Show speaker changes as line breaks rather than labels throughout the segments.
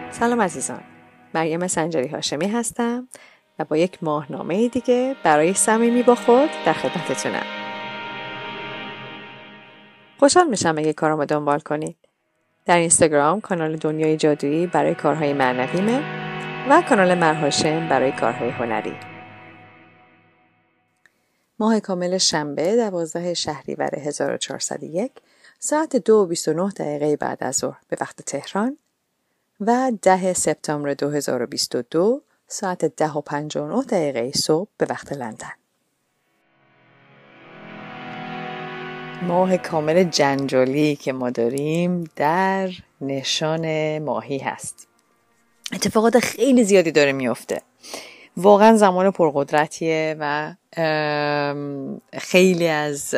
سلام عزیزان، مریم سنجری هاشمی هستم و با یک ماهنامه دیگه برای صمیمی با خود در خدمتتونم. خوشحال میشم اگه کارامو دنبال کنید. در اینستاگرام کانال دنیای جادویی برای کارهای معنویمه و کانال مرهاشم برای کارهای هنری. ماه کامل شنبه 12 شهریور 1401 ساعت 2:29 بعد از ظهر به وقت تهران و 10 سپتامبر 2022 ساعت 10:59 صبح به وقت لندن. ماه کامل جنجالی که ما داریم در نشان ماهی هست. اتفاقات خیلی زیادی داره میفته. واقعا زمان پرقدرتیه و خیلی از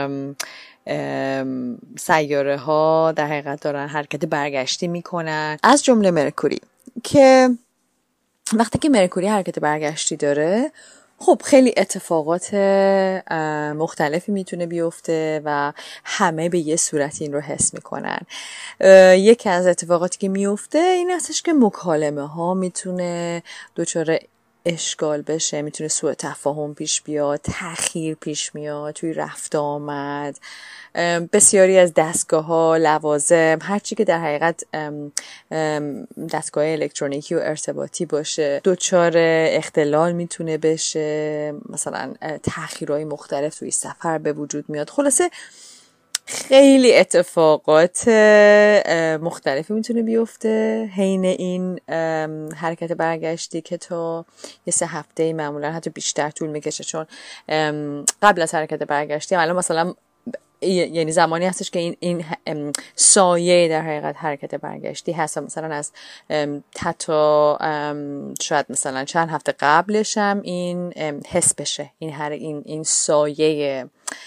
سیاره ها در حقیقت دارن حرکت برگشتی میکنن، از جمله مرکوری، که وقتی که مرکوری حرکت برگشتی داره خب خیلی اتفاقات مختلفی میتونه بیفته و همه به یه صورت این رو حس میکنن. یکی از اتفاقاتی که میفته این هستش که مکالمه ها میتونه دچار اشکال بشه، میتونه سوء تفاهم پیش بیاد، تأخیر پیش میاد توی رفت آمد. بسیاری از دستگاه ها، لوازم، هرچی که در حقیقت دستگاه الکترونیکی و ارتباطی باشه دچار اختلال میتونه بشه. مثلا تأخیرهای مختلف توی سفر به وجود میاد. خلاصه خیلی اتفاقات مختلفی میتونه بیفته حین این حرکت برگشتی که تا یه 3 هفته معمولا حتی بیشتر طول میکشه، چون قبل از حرکت برگشتی الان مثلا یعنی زمانی هستش که این سایه در حقیقت حرکت برگشتی هست، مثلا از حتی شاید مثلا چند هفته قبلش هم این حس بشه، این سایه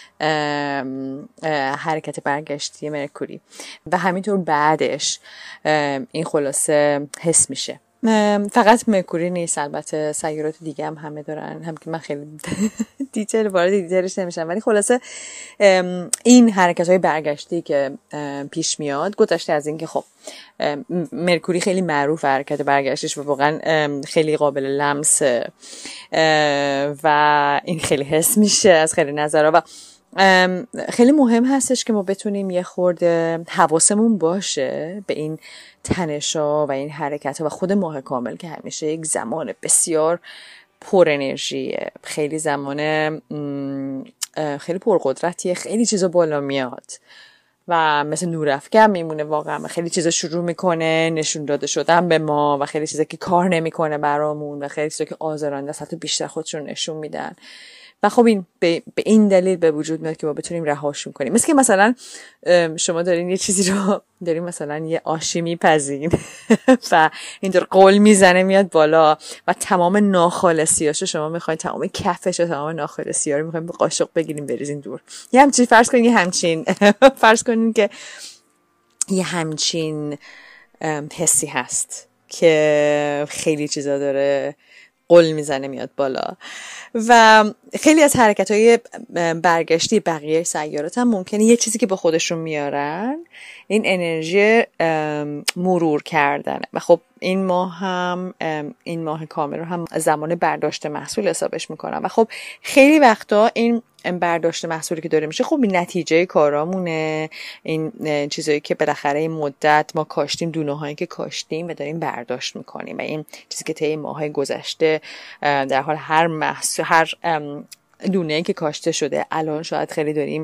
حرکت برگشتی مرکوری، و همینطور بعدش این خلاصه حس میشه. فقط مرکوری نیست، البته سیارات دیگه هم همه دارن، هم که من خیلی وارد دیتیلش نمیشم، ولی خلاصه این حرکت های برگشتی که پیش میاد، گذشته از این که خب مرکوری خیلی معروف حرکت برگشتش و واقعا خیلی قابل لمس و این خیلی حس میشه از خیلی نظرها، و خیلی مهم هستش که ما بتونیم یه خورده حواسمون باشه به این تنش‌ها و این حرکت‌ها. و خود ماه کامل که همیشه یک زمان بسیار پر انرژیه، خیلی زمان خیلی پرقدرتیه، خیلی چیزا بالا میاد و مثل نورافکن میمونه واقعا، خیلی چیزا شروع میکنه نشون داده شدن به ما و خیلی چیزا که کار نمیکنه برامون و خیلی چیزا که آزارنده است حتی بیشتر خودشون نشون میدن، و خب این به این دلیل به وجود میاد که ما بتونیم رهاشون کنیم. مثل که مثلا شما دارین یه چیزی رو دارین، مثلا یه آشی میپزین و اینطور قول میزنه میاد بالا و تمام ناخالصیاشو شما میخواین، تمام کفش و تمام ناخالصی‌ها رو میخواین به قاشق بگیرین بریزین دور. یه همچین فرض کنین که یه همچین حسی هست که خیلی چیزا داره قول میزنه میاد بالا، و خیلی از حرکت‌های برگشتی بقیه سیارات هم ممکنه یه چیزی که با خودشون میارن این انرژی مرور کردنه. و خب این ماه کامل رو هم زمان برداشت محصول حسابش میکنم، و خب خیلی وقتا این برداشت محصولی که داره میشه خب این نتیجه کارامونه، این چیزایی که بالاخره این مدت ما کاشتیم، دونه هایی که کاشتیم و داریم برداشت میکنیم، و این چیزی که طی ماهای گذشته در حال هر دونه‌ای که کاشته شده الان شاید خیلی داریم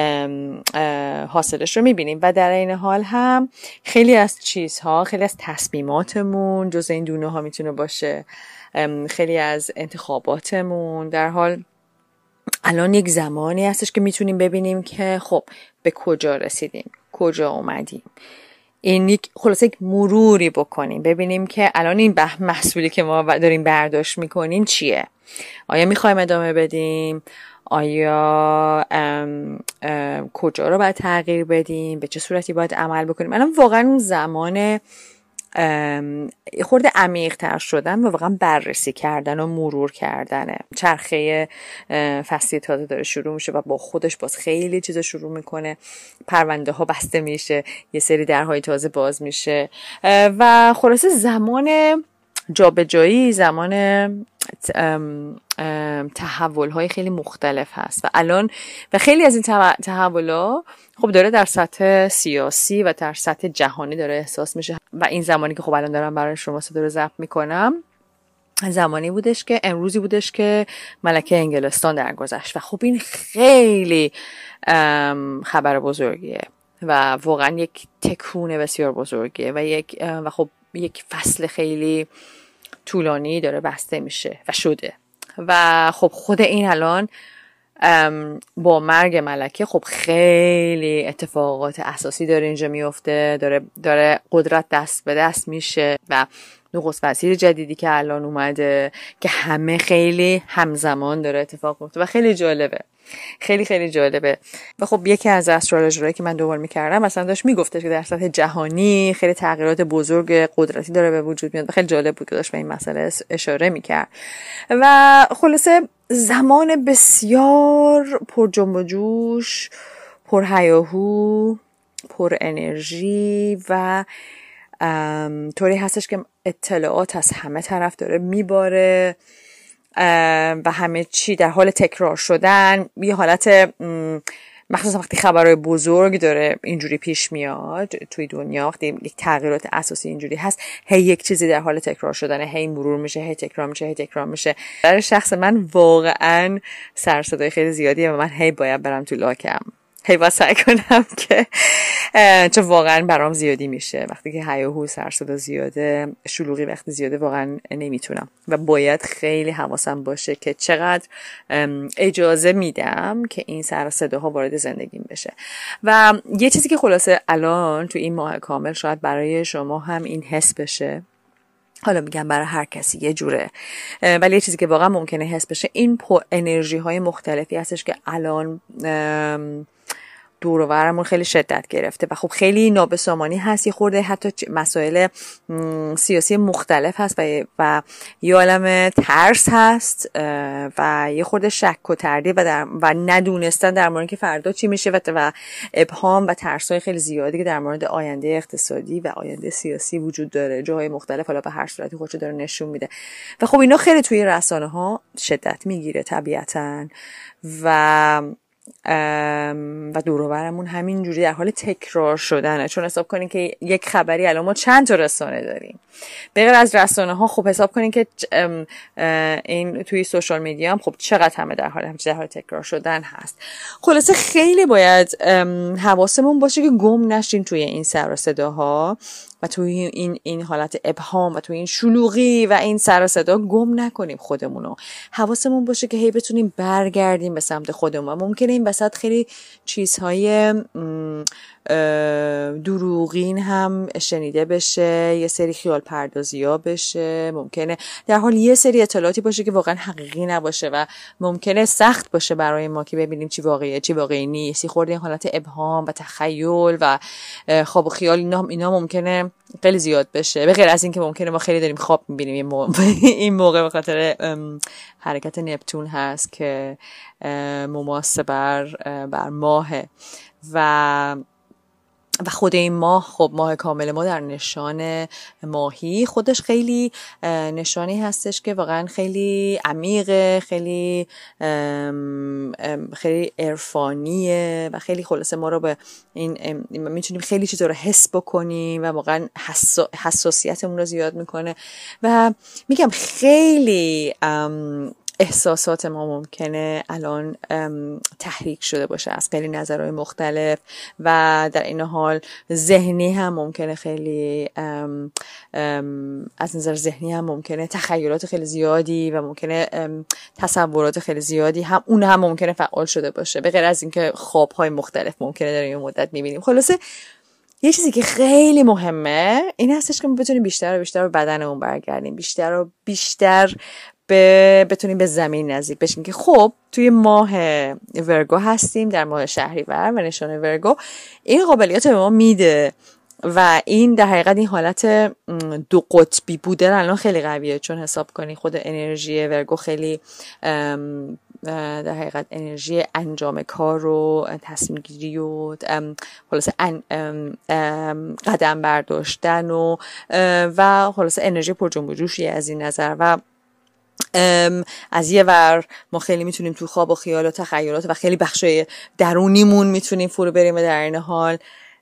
حاصلش رو میبینیم، و در این حال هم خیلی از چیزها، خیلی از تصمیماتمون جز این دونه ها میتونه باشه، خیلی از انتخاباتمون. در حال الان یک زمانی هستش که میتونیم ببینیم که خب به کجا رسیدیم، کجا اومدیم، این خلاصه یک مروری بکنیم، ببینیم که الان این محصولی که ما داریم برداشت میکنیم چیه، آیا میخوایم ادامه بدیم، آیا کجا رو باید تغییر بدیم، به چه صورتی باید عمل بکنیم. الان واقعا اون زمان خورده عمیق تر شدن و واقعا بررسی کردن و مرور کردنه. چرخه فصلی تازه داره شروع میشه و با خودش باز خیلی چیزا شروع میکنه، پرونده ها بسته میشه، یه سری درهای تازه باز میشه و خلاصه زمان جابجایی، زمان تحول‌های خیلی مختلف هست و الان و خیلی از این تحول‌ها خب داره در سطح سیاسی و در سطح جهانی داره احساس میشه و این زمانی که خب الان دارم برای شما صدا رو ضبط میکنم زمانی بودش که امروزی بودش که ملکه انگلستان درگذشت و خب این خیلی خبر بزرگیه و واقعا یک تکون بسیار بزرگیه و خب یک فصل خیلی طولانی داره بسته میشه و شده و خب خود این الان با مرگ ملکه خب خیلی اتفاقات اساسی داره اینجا میفته، داره قدرت دست به دست میشه و نخست وزیر جدیدی که الان اومده که همه خیلی همزمان داره اتفاق میفته و خیلی جالبه، خیلی خیلی جالبه. و خب یکی از استرولوژرایی که من دنبال میکردم مثلا داشت میگفته که در سطح جهانی خیلی تغییرات بزرگ قدرتی داره به وجود میاد و خیلی جالب بود که داشت به این مسئله اشاره میکرد و خلاصه زمان بسیار پر جنب و جوش، پر هیاهو، پر انرژی و طوری هستش که اطلاعات از همه طرف داره میباره و همه چی در حال تکرار شدن. یه حالت مخصوصا وقتی خبرهای بزرگ داره اینجوری پیش میاد توی دنیا، وقتی یک تغییرات اساسی اینجوری هست، هی یک چیزی در حال تکرار شدنه، هی مرور میشه، هی تکرار میشه. برای شخص من واقعا سر صدای خیلی زیادیه و من هی باید برم تو لاکم، هی باید سعی کنم که چون واقعا برام زیادی میشه وقتی که هیاهو سر صدا زیاده، شلوغی وقتی زیاده واقعا نمیتونم و باید خیلی حواسم باشه که چقدر اجازه میدم که این سر صداها وارد زندگیم بشه. و یه چیزی که خلاصه الان تو این ماه کامل شاید برای شما هم این حس بشه، حالا میگم برای هر کسی یه جوره، ولی یه چیزی که واقعا ممکنه حس بشه این انرژی های مختلفی هستش که الان دور و برمون خیلی شدت گرفته و خب خیلی نابسامانی هست، یه خورده حتی مسائل سیاسی مختلف هست و یه عالم ترس هست و یه خورده شک و تردید و ندونستن در مورد که فردا چی میشه و ابهام و ترس‌های خیلی زیادی که در مورد آینده اقتصادی و آینده سیاسی وجود داره جاهای مختلف، حالا به هر صورتی خودش داره نشون میده و خب اینا خیلی توی رسانه‌ها شدت میگیره طبیعتاً و دور و برمون همین جوری در حال تکرار شدنه. چون حساب کنین که یک خبری الان ما چند تا رسانه داریم، به غیر از رسانه ها خب حساب کنین که این توی سوشال میدیا هم خب چقدر همه در حال تکرار شدن هست. خلاصه خیلی باید حواسمون باشه که گم نشین توی این سر و صداها و توی این حالت ابهام و توی این شلوغی و این سر و صدا گم نکنیم خودمونو. حواسمون باشه که هی بتونیم برگردیم به سمت خودمون. ممکنه این وسط خیلی چیزهای دروغین هم شنیده بشه، یه سری خیال پردازی ها بشه، ممکنه در حال یه سری اطلاعاتی باشه که واقعا حقیقی نباشه و ممکنه سخت باشه برای ما که ببینیم چی واقعیه چی واقعی نیست. خورده این حالت ابهام و تخیل و خواب و خیال اینا ممکنه خیلی زیاد بشه، به غیر از این که ممکنه ما خیلی داریم خواب میبینیم این موقع به خاطر حرکت نپتون هست که مماس بر ماهه و خود این ماه، خب ماه کامل ما در نشان ماهی خودش خیلی نشانی هستش که واقعا خیلی عمیقه، خیلی عرفانیه و خیلی خلاصه ما رو به این میتونیم خیلی چیزا رو حس بکنیم و واقعا حساسیتمون رو زیاد میکنه و میگم خیلی احساسات ما ممکنه الان تحریک شده باشه از خیلی نظرهای مختلف و در این حال ذهنی هم ممکنه خیلی از نظر ذهنی هم ممکنه تخیلات خیلی زیادی و ممکنه تصورات خیلی زیادی هم اون هم ممکنه فعال شده باشه، به غیر از اینکه خوابهای مختلف ممکنه در این مدت میبینیم. خلاصه یه چیزی که خیلی مهمه این هستش که ما بتونیم بیشتر و بیشتر به بدنمون برگردیم، بیشتر و بیشتر بتونیم به زمین نزدیک بشیم که خب توی ماه ورگو هستیم، در ماه شهریور و نشان ورگو این قابلیت به ما میده
و این در حقیقت این حالت دو قطبی بودن الان خیلی قویه، چون حساب کنی خود انرژی ورگو خیلی در حقیقت انرژی انجام کار و تصمیم گیری و خلاصه قدم برداشتن و خلاصه انرژی پر جنب و جوشیه از این نظر. و از یه ور ما خیلی میتونیم تو خواب و خیال و تخیلات و خیلی بخشای درونیمون میتونیم فرو بریم و در این حال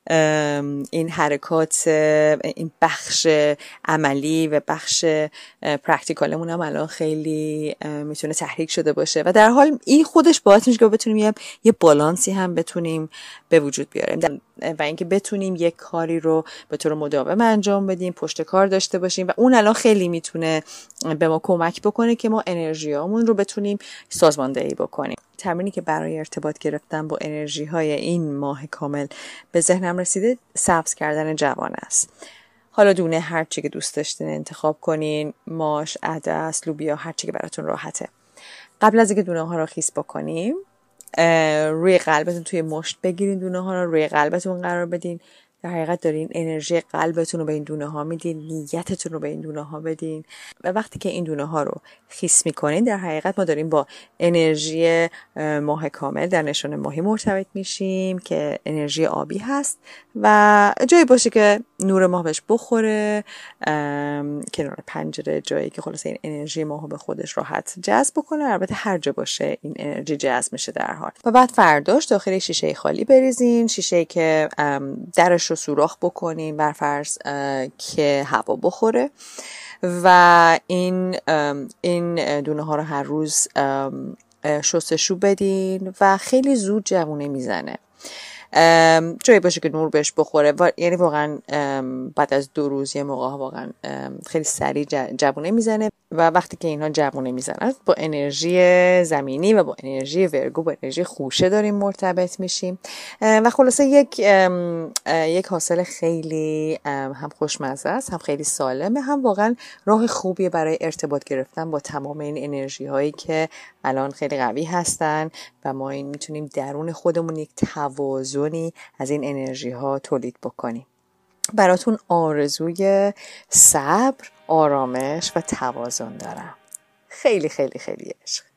این حرکات، این بخش عملی و بخش پرکتیکالمون هم الان خیلی میتونه تحریک شده باشه و در حال این خودش باعث میشه که بتونیم یه بالانسی هم بتونیم به وجود بیاریم و اینکه بتونیم یک کاری رو به طور مداوم انجام بدیم، پشت کار داشته باشیم و اون الان خیلی میتونه به ما کمک بکنه که ما انرژیامون رو بتونیم سازماندهی بکنیم. تمرینی که برای ارتباط گرفتن با انرژی های این ماه کامل به ذهنم رسیده سبز کردن جوان است. حالا دونه هر چی که دوست داشتین انتخاب کنین، ماش، عدس، لوبیا، هر چی که براتون راحته. قبل از اینکه دونه ها رو خیس بکنیم روی قلبتون توی مشت بگیرین، دونه ها رو روی قلبتون قرار بدین. در حقیقت دارین انرژی قلبتون رو به این دونه ها میدین، نیتتون رو به این دونه ها بدین و وقتی که این دونه ها رو خیس میکنین در حقیقت ما داریم با انرژی ماه کامل در نشان ماهی مرتبط میشیم که انرژی آبی هست و جایی باشه که نور ماه بهش بخوره، کنار پنجره، جایی که خلاص این انرژی ماه به خودش راحت جذب بکنه. البته هر جا باشه این انرژی جذب میشه در حال. و بعد فرداش داخل شیشه خالی بریزین، شیشه که درش رو سوراخ بکنین بر فرض که هوا بخوره و این دونه ها رو هر روز شستشو بدین و خیلی زود جوونه میزنه. جایی باشه که نور بهش بخوره یعنی واقعا بعد از 2 روز یه موقع واقعا خیلی سریع جوونه میزنه و وقتی که اینها جوونه میزنن با انرژی زمینی و با انرژی ورگو با انرژی خوشه داریم مرتبط میشیم و خلاصه یک حاصل خیلی هم خوشمزه است، هم خیلی سالمه، هم واقعا راه خوبیه برای ارتباط گرفتن با تمام این انرژی هایی که الان خیلی قوی هستن و ما این میتونیم درون خودمون یک توازنی از این انرژی ها تولید بکنیم. براتون آرزوی صبر، آرامش و توازن دارم. خیلی خیلی خیلی عشق.